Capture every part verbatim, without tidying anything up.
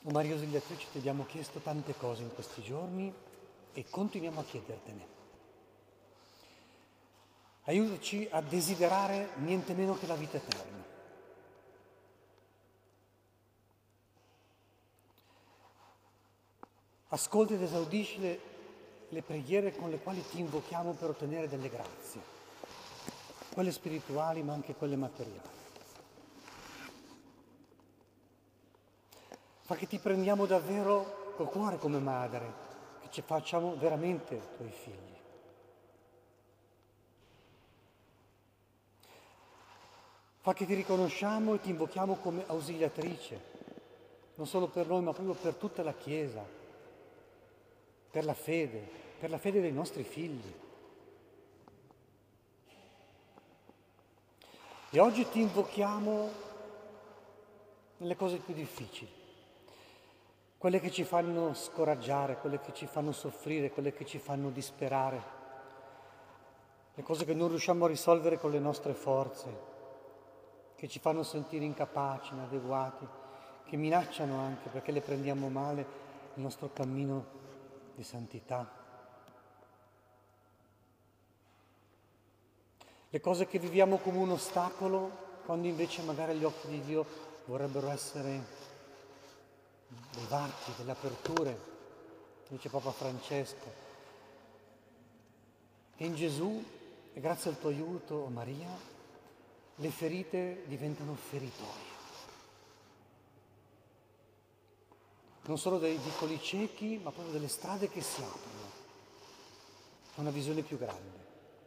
O Maria Ausiliatrice, ti abbiamo chiesto tante cose in questi giorni e continuiamo a chiedertene. Aiutaci a desiderare niente meno che la vita eterna. Ascolta ed esaudisci le, le preghiere con le quali ti invochiamo per ottenere delle grazie, quelle spirituali ma anche quelle materiali. Fa che ti prendiamo davvero col cuore come madre, che ci facciamo veramente tuoi figli. Fa che ti riconosciamo e ti invochiamo come ausiliatrice, non solo per noi ma proprio per tutta la Chiesa, per la fede, per la fede dei nostri figli. E oggi ti invochiamo nelle cose più difficili, quelle che ci fanno scoraggiare, quelle che ci fanno soffrire, quelle che ci fanno disperare, le cose che non riusciamo a risolvere con le nostre forze, che ci fanno sentire incapaci, inadeguati, che minacciano anche perché le prendiamo male il nostro cammino di santità. Le cose che viviamo come un ostacolo, quando invece magari agli occhi di Dio vorrebbero essere dei varchi, delle aperture, dice Papa Francesco. E in Gesù, e grazie al tuo aiuto, oh Maria, le ferite diventano feritori. Non solo dei vicoli ciechi, ma proprio delle strade che si aprono. È una visione più grande.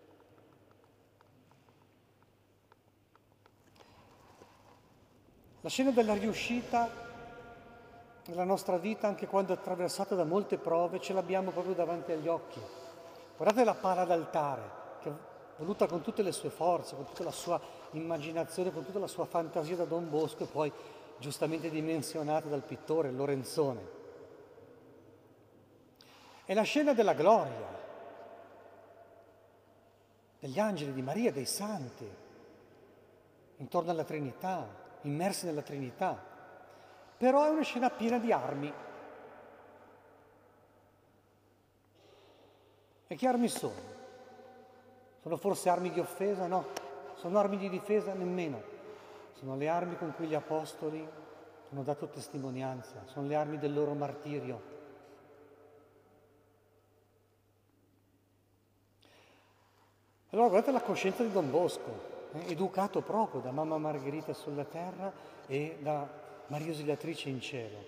La scena della riuscita nella nostra vita, anche quando è attraversata da molte prove, ce l'abbiamo proprio davanti agli occhi. Guardate la pala d'altare, che è voluta con tutte le sue forze, con tutta la sua immaginazione, con tutta la sua fantasia da Don Bosco e poi giustamente dimensionata dal pittore Lorenzone. È la scena della gloria, degli angeli, di Maria, dei santi, intorno alla Trinità, immersi nella Trinità. Però è una scena piena di armi. E che armi sono? Sono forse armi di offesa? No. Sono armi di difesa? Nemmeno. Sono le armi con cui gli apostoli hanno dato testimonianza, sono le armi del loro martirio. Allora guardate la coscienza di Don Bosco, eh, educato proprio da Mamma Margherita sulla terra e da Maria Ausiliatrice in cielo.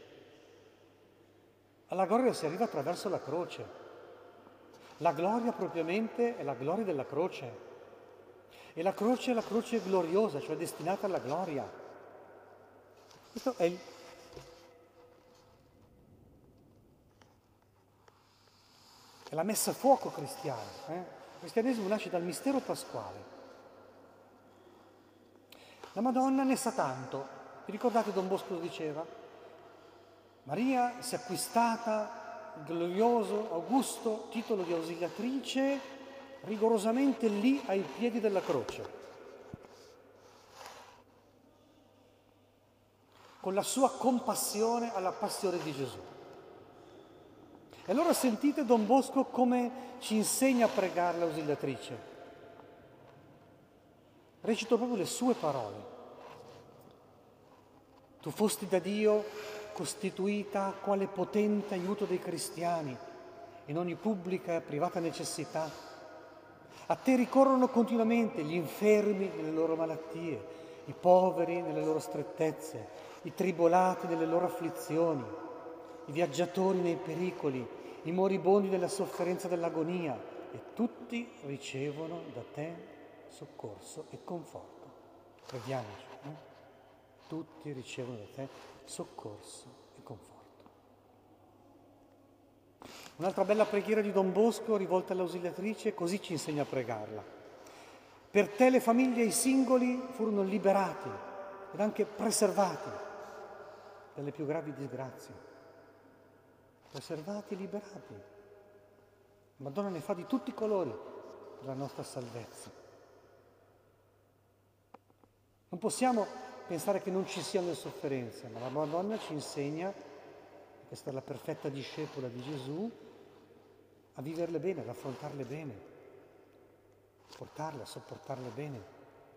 Alla gloria si arriva attraverso la croce. La gloria propriamente è la gloria della croce. E la croce è la croce gloriosa, cioè destinata alla gloria. Questo è il... è la messa a fuoco cristiana. Eh? Il cristianesimo nasce dal mistero pasquale. La Madonna ne sa tanto. Vi ricordate Don Bosco lo diceva? Maria si è acquistata il glorioso, augusto titolo di ausiliatrice rigorosamente lì ai piedi della croce, con la sua compassione alla passione di Gesù. E allora sentite Don Bosco come ci insegna a pregare l'ausiliatrice. Recito proprio le sue parole. Tu fosti da Dio costituita quale potente aiuto dei cristiani in ogni pubblica e privata necessità. A te ricorrono continuamente gli infermi nelle loro malattie, i poveri nelle loro strettezze, i tribolati nelle loro afflizioni, i viaggiatori nei pericoli, i moribondi nella sofferenza dell'agonia, e tutti ricevono da te soccorso e conforto. Preghiamoci, eh? Tutti ricevono da te soccorso e conforto. Un'altra bella preghiera di Don Bosco rivolta all'ausiliatrice, così ci insegna a pregarla. Per te le famiglie e i singoli furono liberati ed anche preservati dalle più gravi disgrazie. Preservati e liberati. La Madonna ne fa di tutti i colori per la nostra salvezza. Non possiamo pensare che non ci siano le sofferenze, ma la Madonna ci insegna questa è la perfetta discepola di Gesù, a viverle bene, ad affrontarle bene, a portarle, a sopportarle bene.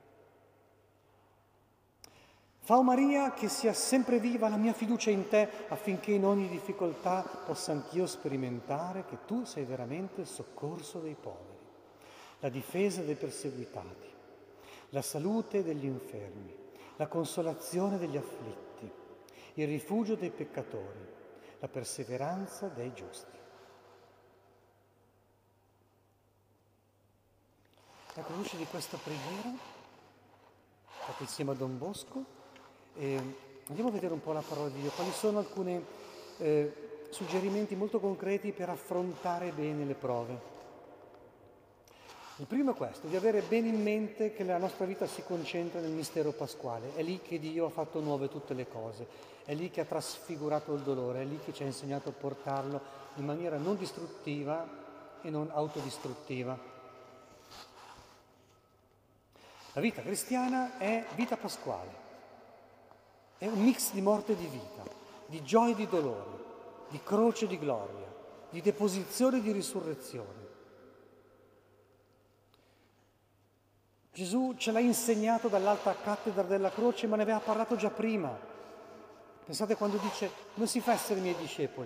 Fa, o Maria, che sia sempre viva la mia fiducia in te, affinché in ogni difficoltà possa anch'io sperimentare che tu sei veramente il soccorso dei poveri, la difesa dei perseguitati, la salute degli infermi, la consolazione degli afflitti, il rifugio dei peccatori, la perseveranza dei giusti. Ecco, alla luce di questa preghiera, fatta insieme a Don Bosco, e andiamo a vedere un po' la parola di Dio, quali sono alcuni eh, suggerimenti molto concreti per affrontare bene le prove. Il primo è questo, di avere bene in mente che la nostra vita si concentra nel mistero pasquale, è lì che Dio ha fatto nuove tutte le cose, è lì che ha trasfigurato il dolore, è lì che ci ha insegnato a portarlo in maniera non distruttiva e non autodistruttiva. La vita cristiana è vita pasquale. È un mix di morte e di vita, di gioia e di dolore, di croce e di gloria, di deposizione e di risurrezione. Gesù ce l'ha insegnato dall'alta cattedra della croce, ma ne aveva parlato già prima. Pensate quando dice: non si fa essere miei discepoli.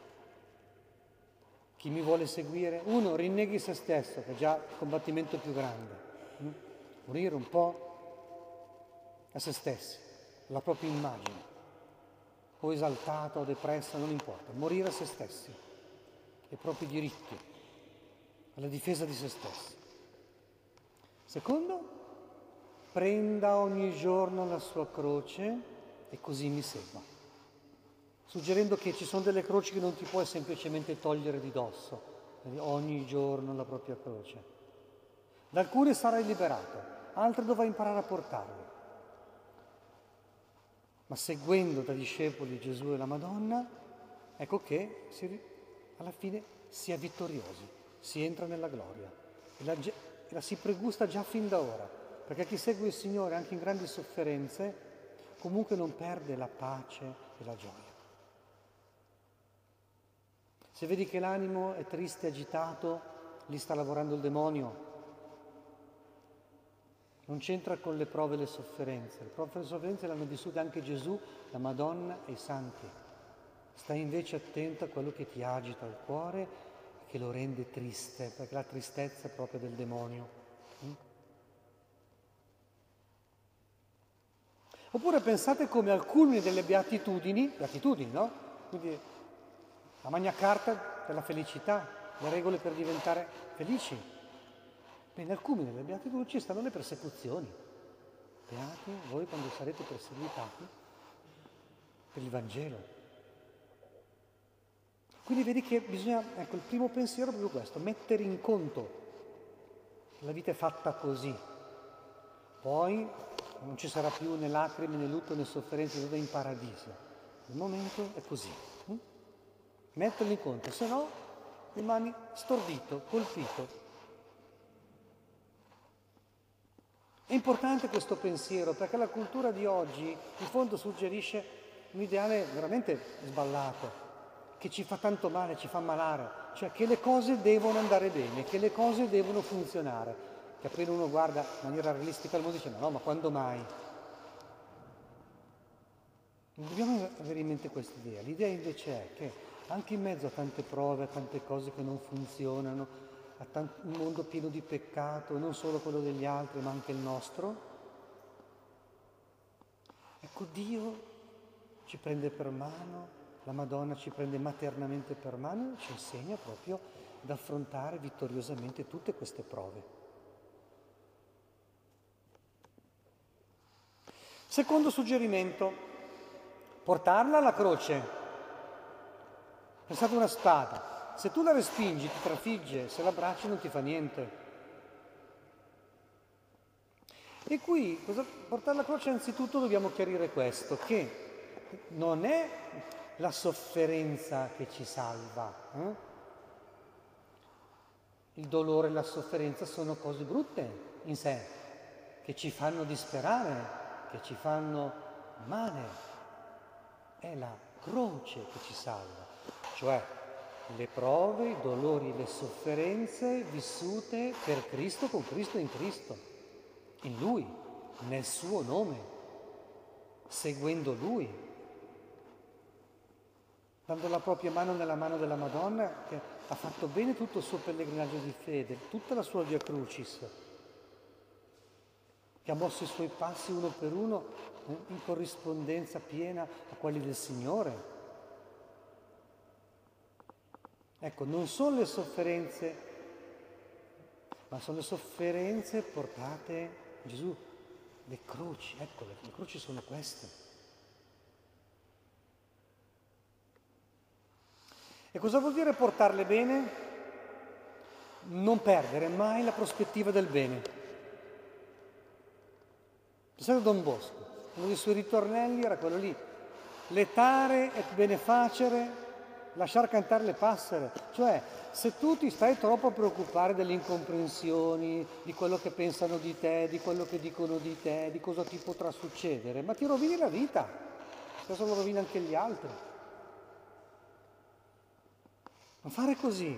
Chi mi vuole seguire, uno, rinneghi se stesso, che è già il combattimento più grande. Morire un po' a se stessi, la propria immagine, o esaltata o depressa, non importa, morire a se stessi, ai propri diritti, alla difesa di se stessi. Secondo, prenda ogni giorno la sua croce e così mi segua, suggerendo che ci sono delle croci che non ti puoi semplicemente togliere di dosso, ogni giorno la propria croce. Da alcune sarai liberato, altre dovrai imparare a portarle. Ma seguendo da discepoli Gesù e la Madonna, ecco che si, alla fine si è vittoriosi, si entra nella gloria e la, e la si pregusta già fin da ora, perché chi segue il Signore anche in grandi sofferenze comunque non perde la pace e la gioia. Se vedi che l'animo è triste, agitato, lì sta lavorando il demonio. Non c'entra con le prove e le sofferenze. Le prove e le sofferenze le hanno vissute anche Gesù, la Madonna e i santi. Stai invece attento a quello che ti agita il cuore e che lo rende triste, perché la tristezza è proprio del demonio. Mm? Oppure pensate come al culmine delle beatitudini, beatitudini, no? Quindi la Magna Carta della felicità, le regole per diventare felici. Bene, al culmine delle beatitudini ci stanno le persecuzioni. Beati voi quando sarete perseguitati per il Vangelo. Quindi vedi che bisogna, ecco, il primo pensiero è proprio questo, mettere in conto che la vita è fatta così. Poi non ci sarà più né lacrime, né lutto, né sofferenza, tutto in paradiso. Il momento è così. Hm? Metterli in conto, se no rimani stordito, colpito. È importante questo pensiero perché la cultura di oggi in fondo suggerisce un ideale veramente sballato, che ci fa tanto male, ci fa malare, cioè che le cose devono andare bene, che le cose devono funzionare, che appena uno guarda in maniera realistica al mondo dice no, ma quando mai? Non dobbiamo avere in mente questa idea, l'idea invece è che anche in mezzo a tante prove, a tante cose che non funzionano, a un mondo pieno di peccato, non solo quello degli altri, ma anche il nostro. Ecco, Dio ci prende per mano, la Madonna ci prende maternamente per mano e ci insegna proprio ad affrontare vittoriosamente tutte queste prove. Secondo suggerimento, portarla alla croce. Pensate a una spada. Se tu la respingi ti trafigge, se la abbracci non ti fa niente. E qui, cosa, portare la croce anzitutto dobbiamo chiarire questo, che non è la sofferenza che ci salva. Eh? Il dolore e la sofferenza sono cose brutte in sé, che ci fanno disperare, che ci fanno male. È la croce che ci salva, cioè le prove, i dolori, le sofferenze vissute per Cristo, con Cristo in Cristo, in Lui, nel suo nome, seguendo Lui, dando la propria mano nella mano della Madonna che ha fatto bene tutto il suo pellegrinaggio di fede, tutta la sua Via Crucis, che ha mosso i suoi passi uno per uno eh, in corrispondenza piena a quelli del Signore. Ecco, non sono le sofferenze, ma sono le sofferenze portate a Gesù, le croci, ecco, le, le croci sono queste. E cosa vuol dire portarle bene? Non perdere mai la prospettiva del bene. Pensate a Don Bosco, uno dei suoi ritornelli era quello lì, letare et benefacere, lasciar cantare le passere, cioè se tu ti stai troppo a preoccupare delle incomprensioni, di quello che pensano di te, di quello che dicono di te, di cosa ti potrà succedere, ma ti rovini la vita, adesso lo rovini anche gli altri. Non fare così.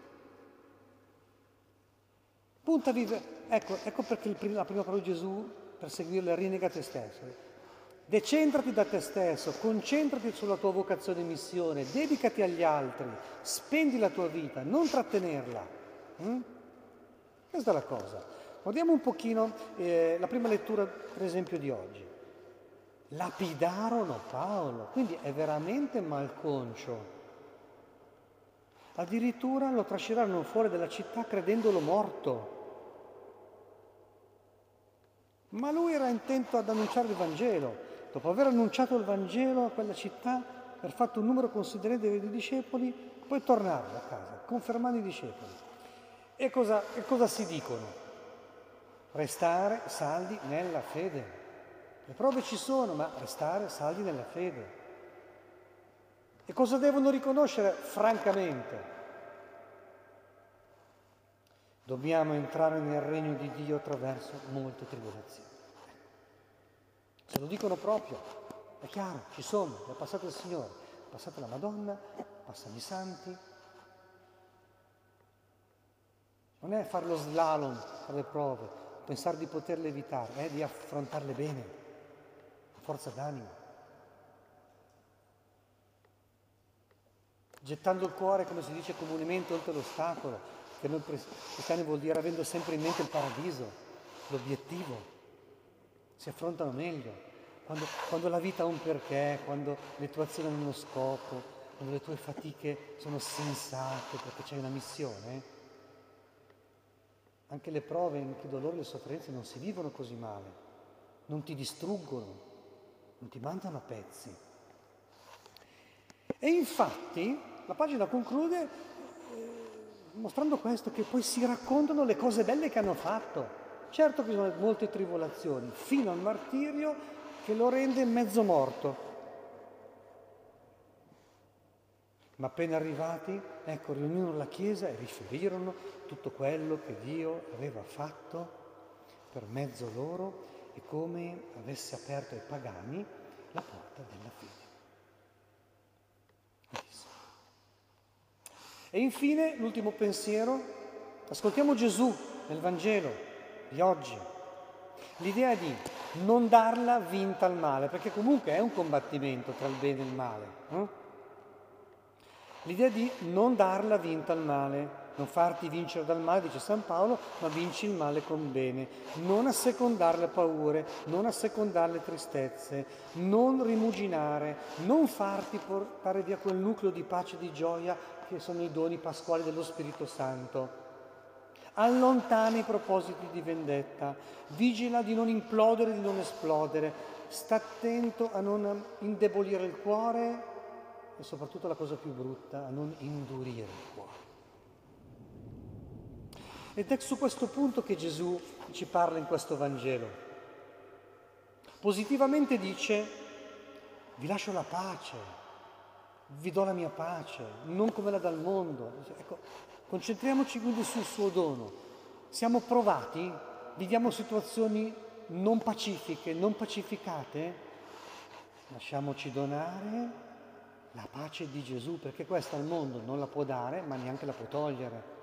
Punta a vivere, ecco, ecco perché il primo, la prima parola di Gesù per seguirla rinnega te stesso. Decentrati da te stesso, concentrati sulla tua vocazione e missione, dedicati agli altri, spendi la tua vita, non trattenerla. Mm? Questa è la cosa. Guardiamo un pochino eh, la prima lettura, per esempio, di oggi. Lapidarono Paolo, quindi è veramente malconcio. Addirittura lo trascinarono fuori dalla città credendolo morto. Ma lui era intento ad annunciare il Vangelo. Dopo aver annunciato il Vangelo a quella città, aver fatto un numero considerevole di discepoli, poi tornare a casa, confermando i discepoli. E cosa, e cosa si dicono? Restare saldi nella fede. Le prove ci sono, ma restare saldi nella fede. E cosa devono riconoscere? Francamente, dobbiamo entrare nel regno di Dio attraverso molte tribolazioni. Se lo dicono proprio, è chiaro, ci sono, è passato il Signore, è passata la Madonna, passano i santi. Non è fare lo slalom tra le prove, pensare di poterle evitare, è di affrontarle bene, con forza d'animo. Gettando il cuore, come si dice comunemente, oltre l'ostacolo, che noi cristiani vuol dire avendo sempre in mente il paradiso, l'obiettivo. Si affrontano meglio, quando, quando la vita ha un perché, quando le tue azioni hanno uno scopo, quando le tue fatiche sono sensate perché c'è una missione. Anche le prove, anche i dolori, le sofferenze non si vivono così male, non ti distruggono, non ti mandano a pezzi. E infatti la pagina conclude eh, mostrando questo, che poi si raccontano le cose belle che hanno fatto. Certo che ci sono molte tribolazioni, fino al martirio che lo rende mezzo morto. Ma appena arrivati, ecco, riunirono la Chiesa e riferirono tutto quello che Dio aveva fatto per mezzo loro e come avesse aperto ai pagani la porta della fede. E infine, l'ultimo pensiero, ascoltiamo Gesù nel Vangelo di oggi, l'idea di non darla vinta al male, perché comunque è un combattimento tra il bene e il male. Eh? L'idea di non darla vinta al male, non farti vincere dal male, dice San Paolo, ma vinci il male con bene, non assecondare le paure, non assecondare le tristezze, non rimuginare, non farti portare via quel nucleo di pace e di gioia che sono i doni pasquali dello Spirito Santo. Allontana i propositi di vendetta, vigila di non implodere, di non esplodere, sta attento a non indebolire il cuore e soprattutto la cosa più brutta, a non indurire il cuore. Ed è su questo punto che Gesù ci parla in questo Vangelo. Positivamente dice: vi lascio la pace, vi do la mia pace, non come la dà il mondo. Ecco, concentriamoci quindi sul suo dono. Siamo provati? Viviamo situazioni non pacifiche, non pacificate? Lasciamoci donare la pace di Gesù, perché questa al mondo non la può dare, ma neanche la può togliere.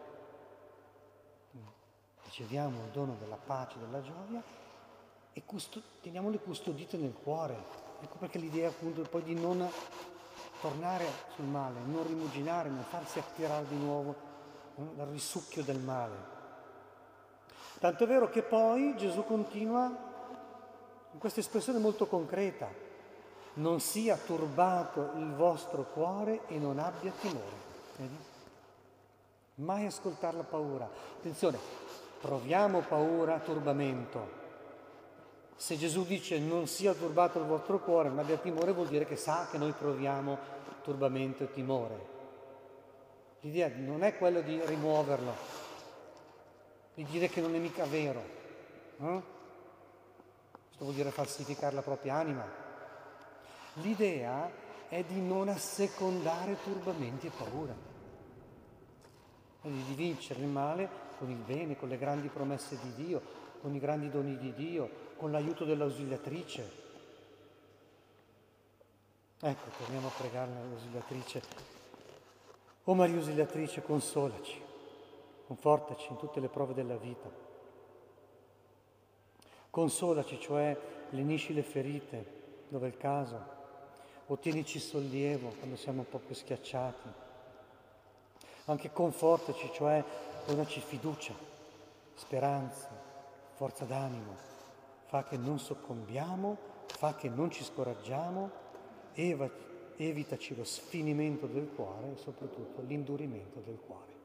Riceviamo il dono della pace, della gioia e custo- teniamole custodite nel cuore. Ecco perché l'idea appunto poi di non tornare sul male, non rimuginare, non farsi attirare di nuovo eh, dal risucchio del male. Tanto è vero che poi Gesù continua in questa espressione molto concreta: non sia turbato il vostro cuore e non abbia timore. Vedi? Mai ascoltare la paura. Attenzione, proviamo paura, turbamento. Se Gesù dice non sia turbato il vostro cuore, non abbia timore, vuol dire che sa che noi proviamo turbamento e timore. L'idea non è quella di rimuoverlo, di dire che non è mica vero. Eh? Questo vuol dire falsificare la propria anima. L'idea è di non assecondare turbamenti e paura, quindi di vincere il male con il bene, con le grandi promesse di Dio, con i grandi doni di Dio, con l'aiuto dell'ausiliatrice. Ecco, torniamo a pregare l'Ausiliatrice. O Maria Ausiliatrice, consolaci, confortaci in tutte le prove della vita. Consolaci, cioè lenisci le ferite, dove è il caso. Ottienici sollievo quando siamo un po' più schiacciati. Anche confortaci, cioè donaci fiducia, speranza, forza d'animo. Fa che non soccombiamo, fa che non ci scoraggiamo, eva- evitaci lo sfinimento del cuore e soprattutto l'indurimento del cuore.